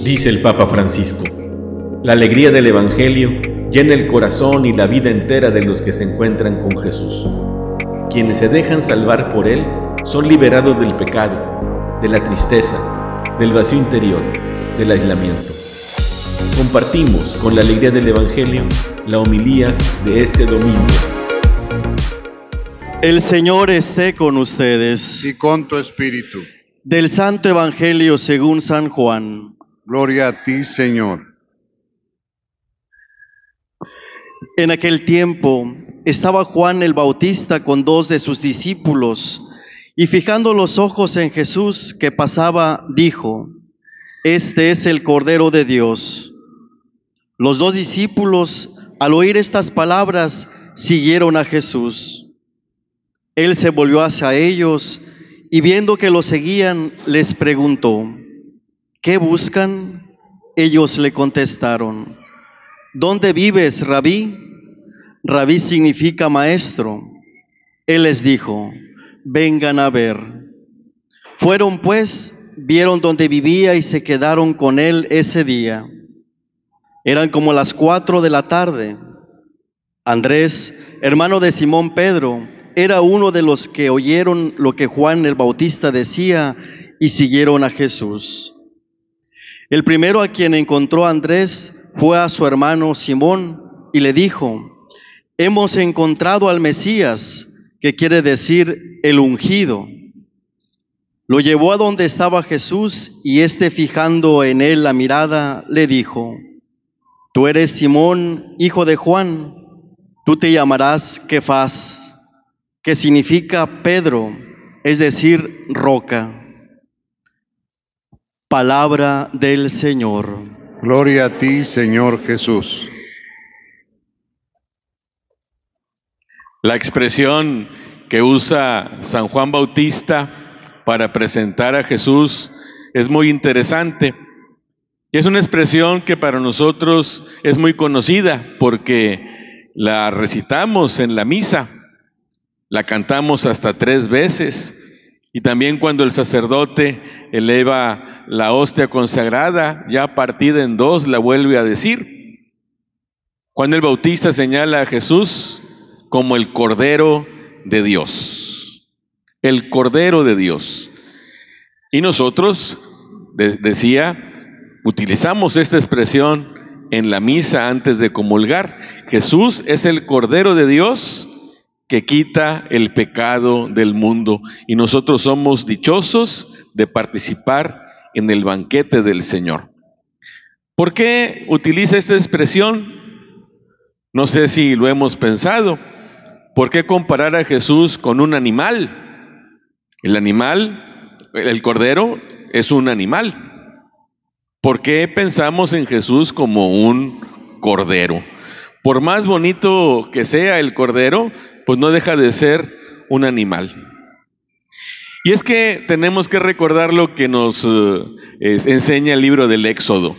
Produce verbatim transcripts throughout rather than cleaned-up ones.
Dice el Papa Francisco: la alegría del Evangelio llena el corazón y la vida entera de los que se encuentran con Jesús. Quienes se dejan salvar por Él son liberados del pecado, de la tristeza, del vacío interior, del aislamiento. Compartimos con la alegría del Evangelio la homilía de este domingo. El Señor esté con ustedes. Y con tu espíritu. Del Santo Evangelio según San Juan. Gloria a ti, Señor. En aquel tiempo estaba Juan el Bautista con dos de sus discípulos, y fijando los ojos en Jesús que pasaba, dijo: Este es el Cordero de Dios. Los dos discípulos, al oír estas palabras, siguieron a Jesús. Él se volvió hacia ellos y viendo que lo seguían, les preguntó: ¿qué buscan? Ellos le contestaron: ¿dónde vives, Rabí? Rabí significa maestro. Él les dijo: vengan a ver. Fueron pues, vieron dónde vivía y se quedaron con él ese día. Eran como las cuatro de la tarde. Andrés, hermano de Simón Pedro, era uno de los que oyeron lo que Juan el Bautista decía y siguieron a Jesús. El primero a quien encontró Andrés fue a su hermano Simón y le dijo: hemos encontrado al Mesías, que quiere decir el ungido. Lo llevó a donde estaba Jesús y éste, fijando en él la mirada, le dijo: tú eres Simón, hijo de Juan, tú te llamarás Kefas, que significa Pedro, es decir, roca. Palabra del Señor. Gloria a ti, Señor Jesús. La expresión que usa San Juan Bautista para presentar a Jesús es muy interesante. Y es una expresión que para nosotros es muy conocida porque la recitamos en la misa, la cantamos hasta tres veces, y también cuando el sacerdote eleva la hostia consagrada, ya partida en dos, la vuelve a decir. Juan el Bautista señala a Jesús como el Cordero de Dios, el Cordero de Dios. Y nosotros, de- decía, utilizamos esta expresión en la misa antes de comulgar. Jesús es el Cordero de Dios que quita el pecado del mundo, y nosotros somos dichosos de participar en el banquete del Señor. ¿Por qué utiliza esta expresión? No sé si lo hemos pensado. ¿Por qué comparar a Jesús con un animal? El animal, el cordero, es un animal. ¿Por qué pensamos en Jesús como un cordero? Por más bonito que sea el cordero, pues no deja de ser un animal. Y es que tenemos que recordar lo que nos eh, es- enseña el libro del Éxodo.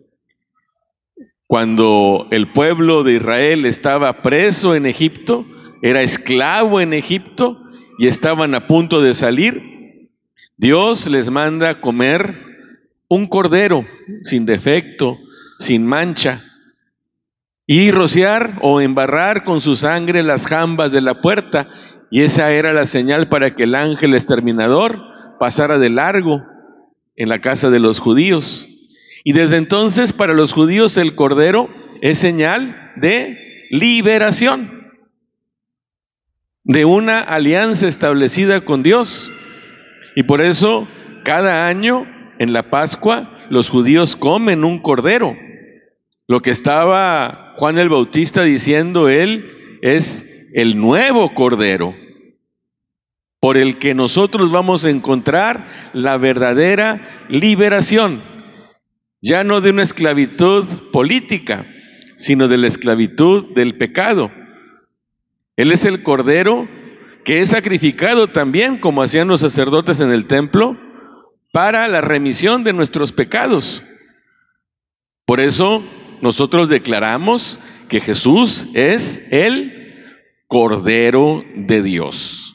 Cuando el pueblo de Israel estaba preso en Egipto, era esclavo en Egipto y estaban a punto de salir, Dios les manda comer un cordero sin defecto, sin mancha, y rociar o embarrar con su sangre las jambas de la puerta, y esa era la señal para que el ángel exterminador pasara de largo en la casa de los judíos. Y desde entonces para los judíos el cordero es señal de liberación, de una alianza establecida con Dios. Y por eso cada año en la Pascua los judíos comen un cordero. Lo que estaba Juan el Bautista diciendo él es el nuevo cordero, por el que nosotros vamos a encontrar la verdadera liberación, ya no de una esclavitud política, sino de la esclavitud del pecado. Él es el cordero que es sacrificado también, como hacían los sacerdotes en el templo, para la remisión de nuestros pecados. Por eso nosotros declaramos que Jesús es el Cordero de Dios.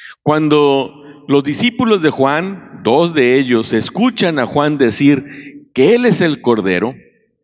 Cuando los discípulos de Juan, dos de ellos, escuchan a Juan decir que Él es el Cordero,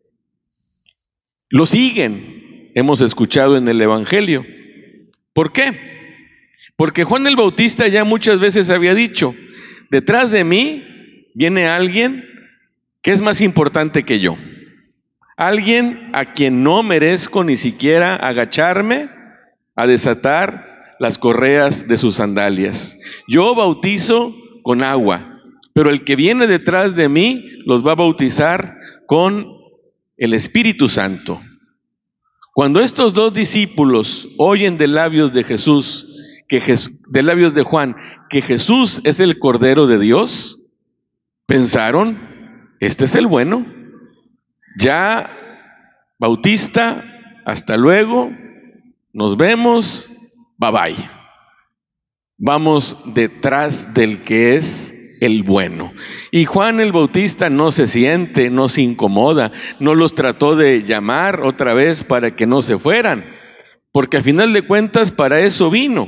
lo siguen, hemos escuchado en el Evangelio. ¿Por qué? Porque Juan el Bautista ya muchas veces había dicho, detrás de mí viene alguien que es más importante que yo. Alguien a quien no merezco ni siquiera agacharme a desatar las correas de sus sandalias. Yo bautizo con agua, pero el que viene detrás de mí los va a bautizar con el Espíritu Santo. Cuando estos dos discípulos oyen de labios de Jesús, que Jes- de labios de Juan, que Jesús es el Cordero de Dios, pensaron, este es el bueno. Ya, Bautista, hasta luego, nos vemos, bye bye. Vamos detrás del que es el bueno. Y Juan el Bautista no se siente, no se incomoda, no los trató de llamar otra vez para que no se fueran, porque a final de cuentas para eso vino.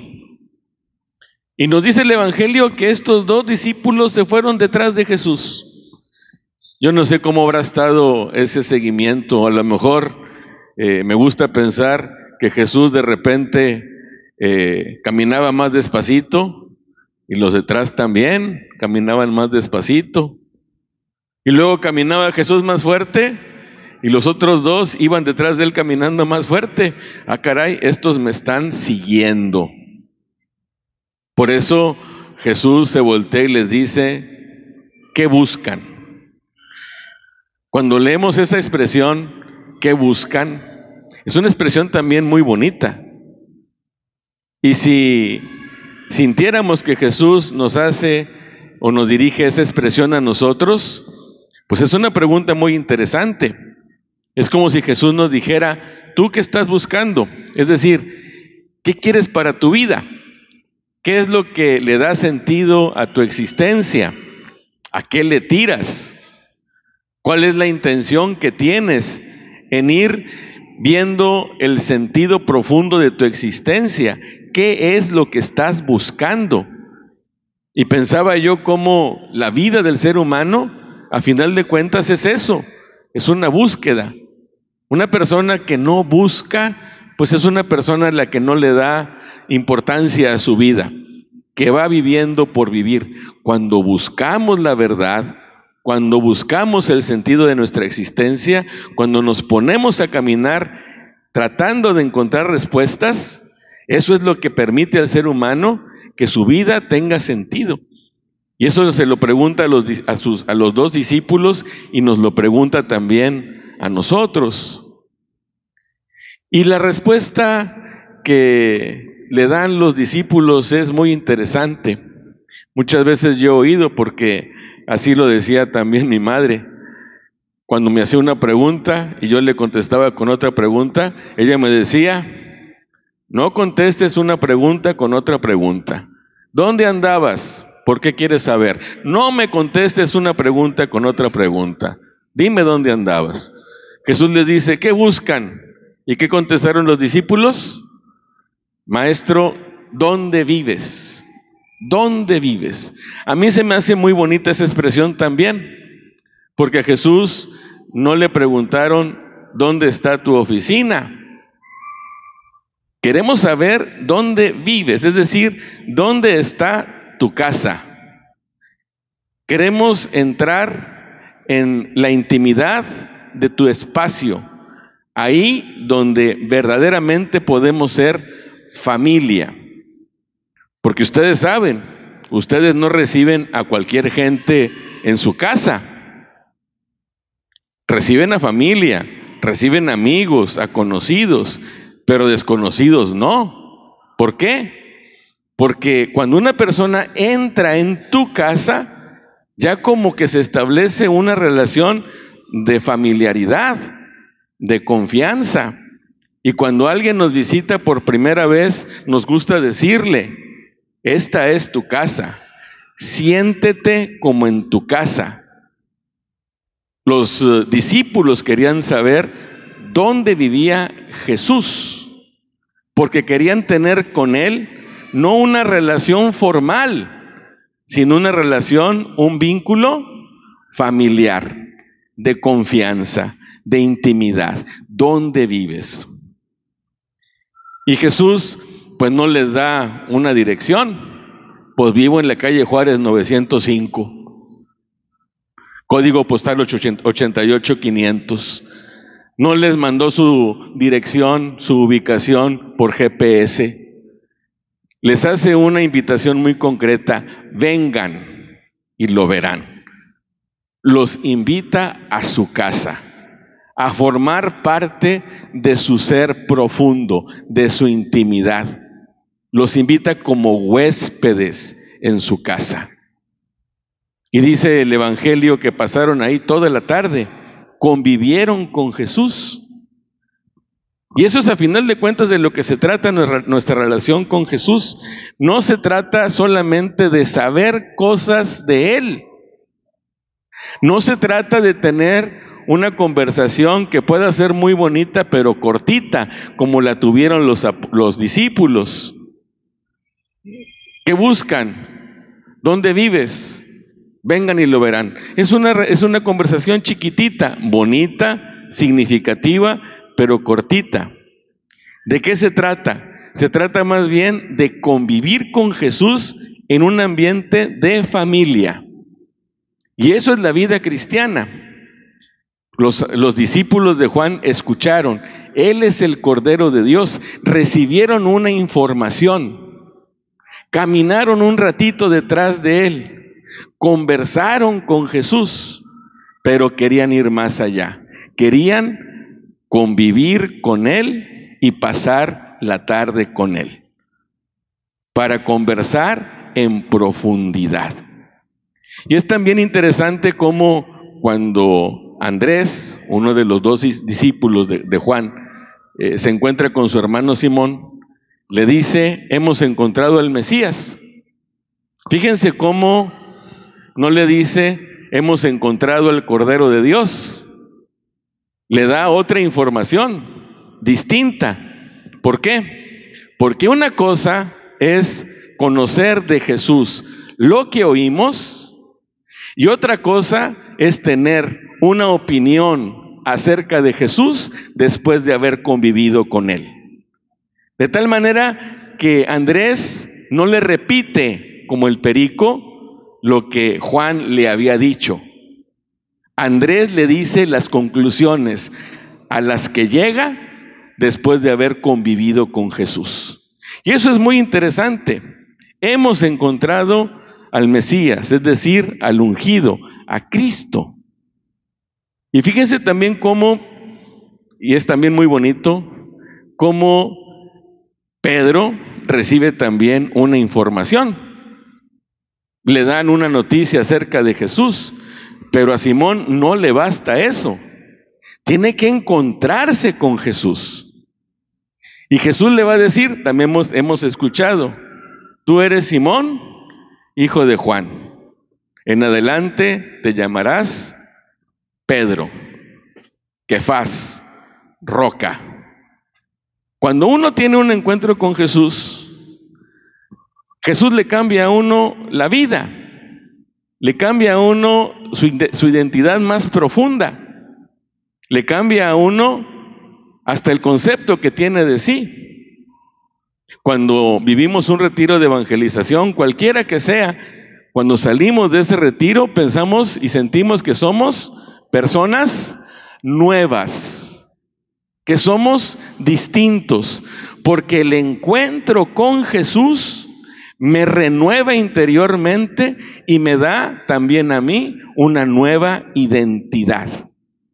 Y nos dice el Evangelio que estos dos discípulos se fueron detrás de Jesús. Yo no sé cómo habrá estado ese seguimiento, a lo mejor eh, me gusta pensar que Jesús de repente eh, caminaba más despacito, y los detrás también caminaban más despacito. Y luego caminaba Jesús más fuerte y los otros dos iban detrás de él caminando más fuerte. Ah, caray, estos me están siguiendo. Por eso Jesús se voltea y les dice, ¿qué buscan? Cuando leemos esa expresión, ¿qué buscan? Es una expresión también muy bonita. Y si sintiéramos que Jesús nos hace o nos dirige esa expresión a nosotros, pues es una pregunta muy interesante. Es como si Jesús nos dijera, ¿tú qué estás buscando? Es decir, ¿qué quieres para tu vida? ¿Qué es lo que le da sentido a tu existencia? ¿A qué le tiras? ¿Cuál es la intención que tienes en ir viendo el sentido profundo de tu existencia? ¿Qué es lo que estás buscando? Y pensaba yo cómo la vida del ser humano, a final de cuentas, es eso, es una búsqueda. Una persona que no busca, pues es una persona a la que no le da importancia a su vida, que va viviendo por vivir. Cuando buscamos la verdad, cuando buscamos el sentido de nuestra existencia, cuando nos ponemos a caminar tratando de encontrar respuestas, eso es lo que permite al ser humano que su vida tenga sentido. Y eso se lo pregunta a los, a sus, a los dos discípulos y nos lo pregunta también a nosotros. Y la respuesta que le dan los discípulos es muy interesante. Muchas veces yo he oído, porque así lo decía también mi madre, cuando me hacía una pregunta y yo le contestaba con otra pregunta, ella me decía, no contestes una pregunta con otra pregunta. ¿Dónde andabas? ¿Por qué quieres saber? No me contestes una pregunta con otra pregunta. Dime dónde andabas. Jesús les dice, ¿qué buscan? ¿Y qué contestaron los discípulos? Maestro, ¿dónde vives? ¿Dónde vives? A mí se me hace muy bonita esa expresión también, porque a Jesús no le preguntaron, ¿dónde está tu oficina? Queremos saber dónde vives, es decir, ¿dónde está tu casa? Queremos entrar en la intimidad de tu espacio, ahí donde verdaderamente podemos ser familia. Porque ustedes saben, ustedes no reciben a cualquier gente en su casa. Reciben a familia, reciben amigos, a conocidos, pero desconocidos no. ¿Por qué? Porque cuando una persona entra en tu casa, ya como que se establece una relación de familiaridad, de confianza. Y cuando alguien nos visita por primera vez, nos gusta decirle, esta es tu casa, siéntete como en tu casa. Los uh, discípulos querían saber dónde vivía Jesús, porque querían tener con él no una relación formal, sino una relación, un vínculo familiar. de confianza, de intimidad. ¿Dónde vives? Y Jesús pues no les da una dirección. Pues vivo en la calle Juárez novecientos cinco, código postal ochenta y ocho quinientos. No les mandó su dirección, su ubicación por G P S. Les hace una invitación muy concreta: vengan y lo verán. Los invita a su casa, a formar parte de su ser profundo, de su intimidad. Los invita como huéspedes en su casa. Y dice el Evangelio que pasaron ahí toda la tarde, convivieron con Jesús. Y eso es, a final de cuentas, de lo que se trata nuestra, nuestra relación con Jesús. No se trata solamente de saber cosas de Él. No se trata de tener una conversación que pueda ser muy bonita pero cortita, como la tuvieron los, los discípulos. ¿Qué buscan? ¿Dónde vives? Vengan y lo verán. Es una, es una conversación chiquitita, bonita, significativa, pero cortita. ¿De qué se trata? Se trata más bien de convivir con Jesús en un ambiente de familia. Y eso es la vida cristiana. Los, los discípulos de Juan escucharon, Él es el Cordero de Dios. Recibieron una información. Caminaron un ratito detrás de Él. Conversaron con Jesús, pero querían ir más allá. Querían convivir con Él y pasar la tarde con Él, para conversar en profundidad. Y es también interesante cómo cuando Andrés, uno de los dos discípulos de, de Juan, eh, se encuentra con su hermano Simón, le dice, hemos encontrado al Mesías. Fíjense cómo no le dice, hemos encontrado al Cordero de Dios. Le da otra información distinta. ¿Por qué? Porque una cosa es conocer de Jesús lo que oímos, y otra cosa es tener una opinión acerca de Jesús después de haber convivido con Él. De tal manera que Andrés no le repite como el perico lo que Juan le había dicho. Andrés le dice las conclusiones a las que llega después de haber convivido con Jesús. Y eso es muy interesante. Hemos encontrado al Mesías, es decir, al ungido, a Cristo. Y fíjense también cómo, y es también muy bonito, cómo Pedro recibe también una información. Le dan una noticia acerca de Jesús, pero a Simón no le basta eso. Tiene que encontrarse con Jesús. Y Jesús le va a decir, también hemos, hemos escuchado, tú eres Simón, hijo de Juan. En adelante te llamarás Pedro, Kefas, roca. Cuando uno tiene un encuentro con Jesús, Jesús le cambia a uno la vida, le cambia a uno su, su identidad más profunda, le cambia a uno hasta el concepto que tiene de sí. Cuando vivimos un retiro de evangelización, cualquiera que sea, cuando salimos de ese retiro pensamos y sentimos que somos personas nuevas, que somos distintos, porque el encuentro con Jesús me renueva interiormente y me da también a mí una nueva identidad.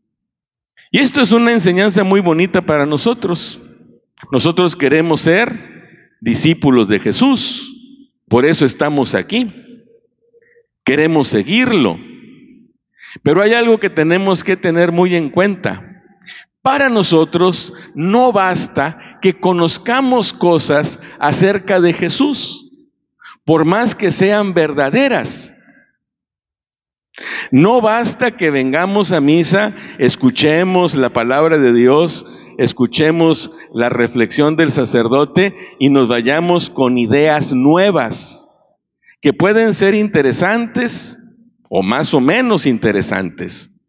Y esto es una enseñanza muy bonita para nosotros. Nosotros queremos ser discípulos de Jesús, por eso estamos aquí. Queremos seguirlo. Pero hay algo que tenemos que tener muy en cuenta. Para nosotros no basta que conozcamos cosas acerca de Jesús, por más que sean verdaderas. No basta que vengamos a misa, escuchemos la palabra de Dios, escuchemos la reflexión del sacerdote y nos vayamos con ideas nuevas, que pueden ser interesantes o más o menos interesantes.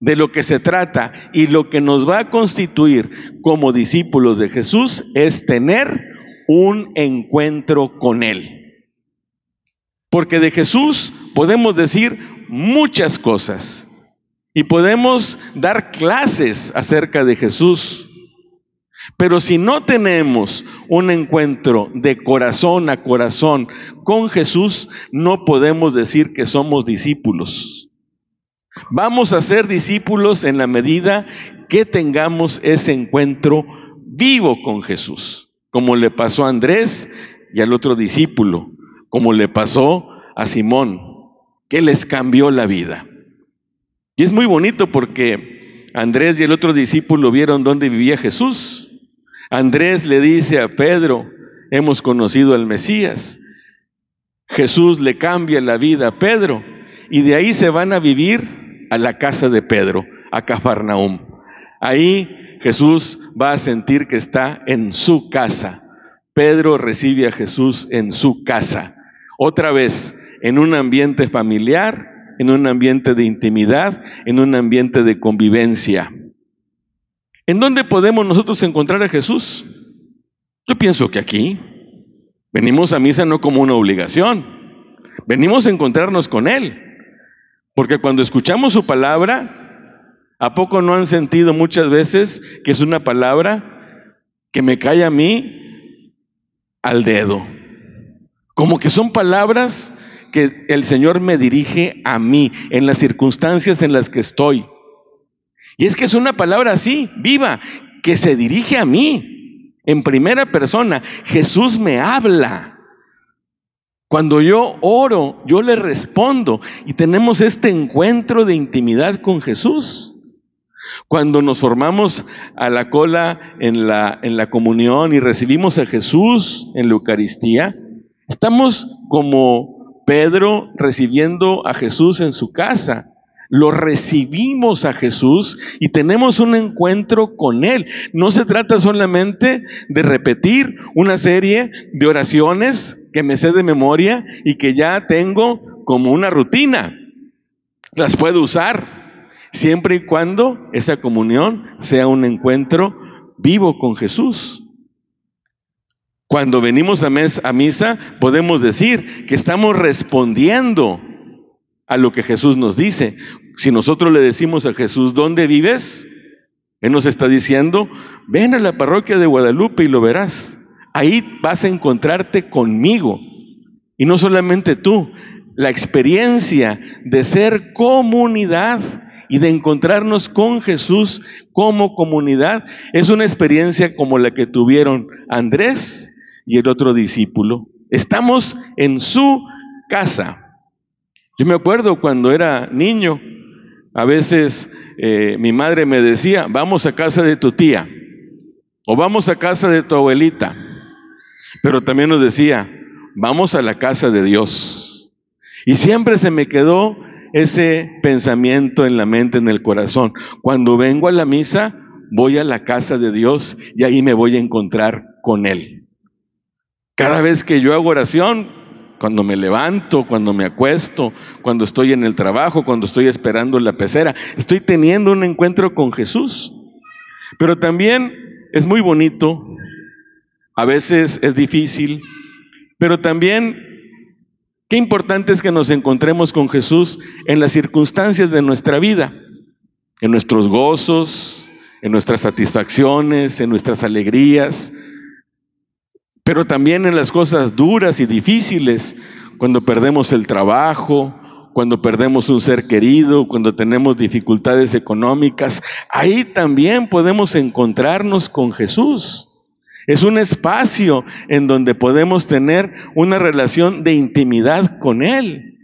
de lo que se trata y lo que nos va a constituir como discípulos de Jesús es tener un encuentro con Él. Porque de Jesús podemos decir muchas cosas y podemos dar clases acerca de Jesús. Pero si no tenemos un encuentro de corazón a corazón con Jesús, no podemos decir que somos discípulos. Vamos a ser discípulos en la medida que tengamos ese encuentro vivo con Jesús, como le pasó a Andrés y al otro discípulo, como le pasó a Simón, que les cambió la vida. Y es muy bonito porque Andrés y el otro discípulo vieron dónde vivía Jesús. Andrés le dice a Pedro, hemos conocido al Mesías. Jesús le cambia la vida a Pedro y de ahí se van a vivir a la casa de Pedro, a Cafarnaúm. Ahí Jesús va a sentir que está en su casa. Pedro recibe a Jesús en su casa. Otra vez, en un ambiente familiar, en un ambiente de intimidad, en un ambiente de convivencia. ¿En dónde podemos nosotros encontrar a Jesús? Yo pienso que aquí. Venimos a misa no como una obligación. Venimos a encontrarnos con Él. Porque cuando escuchamos su palabra, ¿a poco no han sentido muchas veces que es una palabra que me cae a mí al dedo? Como que son palabras que el Señor me dirige a mí, en las circunstancias en las que estoy. Y es que es una palabra así, viva, que se dirige a mí, en primera persona. Jesús me habla. Cuando yo oro, yo le respondo y tenemos este encuentro de intimidad con Jesús. Cuando nos formamos a la cola en la, en la comunión y recibimos a Jesús en la Eucaristía, estamos como Pedro recibiendo a Jesús en su casa. Lo recibimos a Jesús y tenemos un encuentro con Él. No se trata solamente de repetir una serie de oraciones que me sé de memoria y que ya tengo como una rutina. Las puedo usar siempre y cuando esa comunión sea un encuentro vivo con Jesús. Cuando venimos a, mes, a misa, podemos decir que estamos respondiendo a lo que Jesús nos dice. Si nosotros le decimos a Jesús, ¿dónde vives? Él nos está diciendo, ven a la parroquia de Guadalupe y lo verás. Ahí vas a encontrarte conmigo. Y no solamente tú, la experiencia de ser comunidad y de encontrarnos con Jesús como comunidad es una experiencia como la que tuvieron Andrés y el otro discípulo. Estamos en su casa. Yo me acuerdo cuando era niño, a veces eh, mi madre me decía, vamos a casa de tu tía, o vamos a casa de tu abuelita, pero también nos decía, vamos a la casa de Dios. Y siempre se me quedó ese pensamiento en la mente, en el corazón. Cuando vengo a la misa, voy a la casa de Dios y ahí me voy a encontrar con Él. Cada vez que yo hago oración, cuando me levanto, cuando me acuesto, cuando estoy en el trabajo, cuando estoy esperando en la pecera, estoy teniendo un encuentro con Jesús. Pero también es muy bonito, a veces es difícil, pero también qué importante es que nos encontremos con Jesús en las circunstancias de nuestra vida, en nuestros gozos, en nuestras satisfacciones, en nuestras alegrías, pero también en las cosas duras y difíciles, cuando perdemos el trabajo, cuando perdemos un ser querido, cuando tenemos dificultades económicas, ahí también podemos encontrarnos con Jesús. Es un espacio en donde podemos tener una relación de intimidad con Él.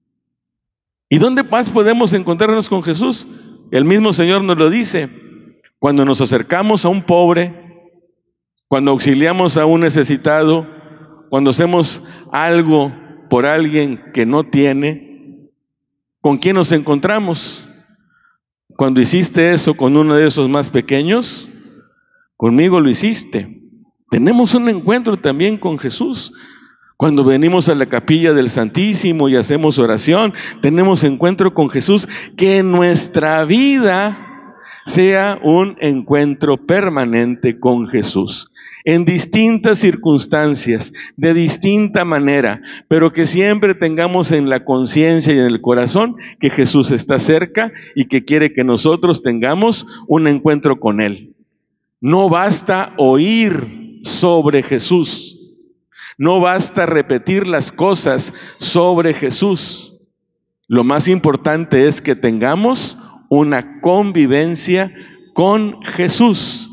¿Y dónde más podemos encontrarnos con Jesús? El mismo Señor nos lo dice. Cuando nos acercamos a un pobre, cuando auxiliamos a un necesitado, cuando hacemos algo por alguien que no tiene, ¿con quién nos encontramos? Cuando hiciste eso con uno de esos más pequeños, conmigo lo hiciste. Tenemos un encuentro también con Jesús. Cuando venimos a la capilla del Santísimo y hacemos oración, tenemos encuentro con Jesús. Que nuestra vida sea un encuentro permanente con Jesús, en distintas circunstancias, de distinta manera, pero que siempre tengamos en la conciencia y en el corazón que Jesús está cerca y que quiere que nosotros tengamos un encuentro con Él. No basta oír sobre Jesús. No basta repetir las cosas sobre Jesús. Lo más importante es que tengamos una convivencia con Jesús.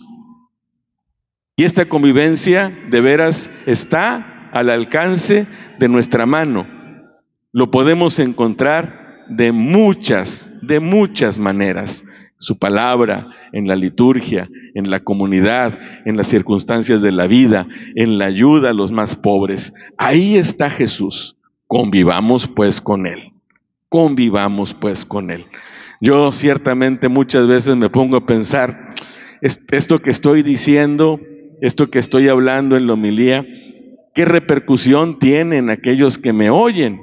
Y esta convivencia de veras está al alcance de nuestra mano. Lo podemos encontrar de muchas, de muchas maneras. Su palabra, en la liturgia, en la comunidad, en las circunstancias de la vida, en la ayuda a los más pobres. Ahí está Jesús. Convivamos pues con Él. Convivamos pues con Él. Yo ciertamente muchas veces me pongo a pensar, esto que estoy diciendo, esto que estoy hablando en la homilía, ¿qué repercusión tiene en aquellos que me oyen?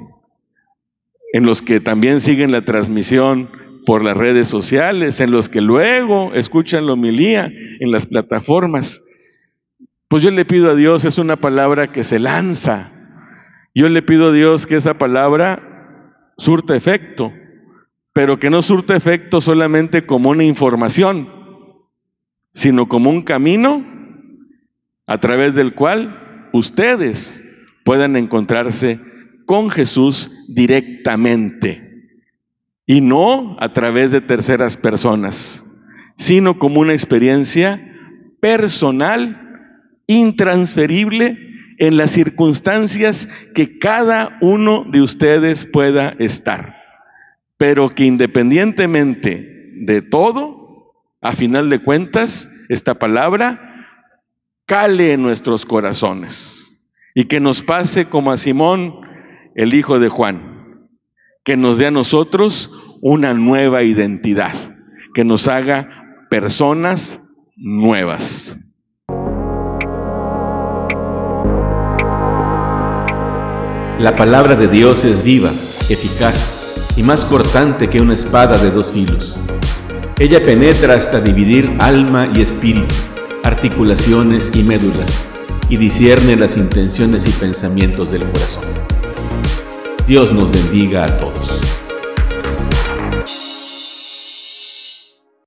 En los que también siguen la transmisión por las redes sociales, en los que luego escuchan la homilía en las plataformas. Pues yo le pido a Dios, es una palabra que se lanza. Yo le pido a Dios que esa palabra surta efecto, pero que no surta efecto solamente como una información, sino como un camino a través del cual ustedes puedan encontrarse con Jesús directamente. Y no a través de terceras personas, sino como una experiencia personal, intransferible, en las circunstancias que cada uno de ustedes pueda estar. Pero que independientemente de todo, a final de cuentas, esta palabra cale en nuestros corazones. Y que nos pase como a Simón, el hijo de Juan. Que nos dé a nosotros una nueva identidad, que nos haga personas nuevas. La palabra de Dios es viva, eficaz y más cortante que una espada de dos filos. Ella penetra hasta dividir alma y espíritu, articulaciones y médulas, y discierne las intenciones y pensamientos del corazón. Dios nos bendiga a todos.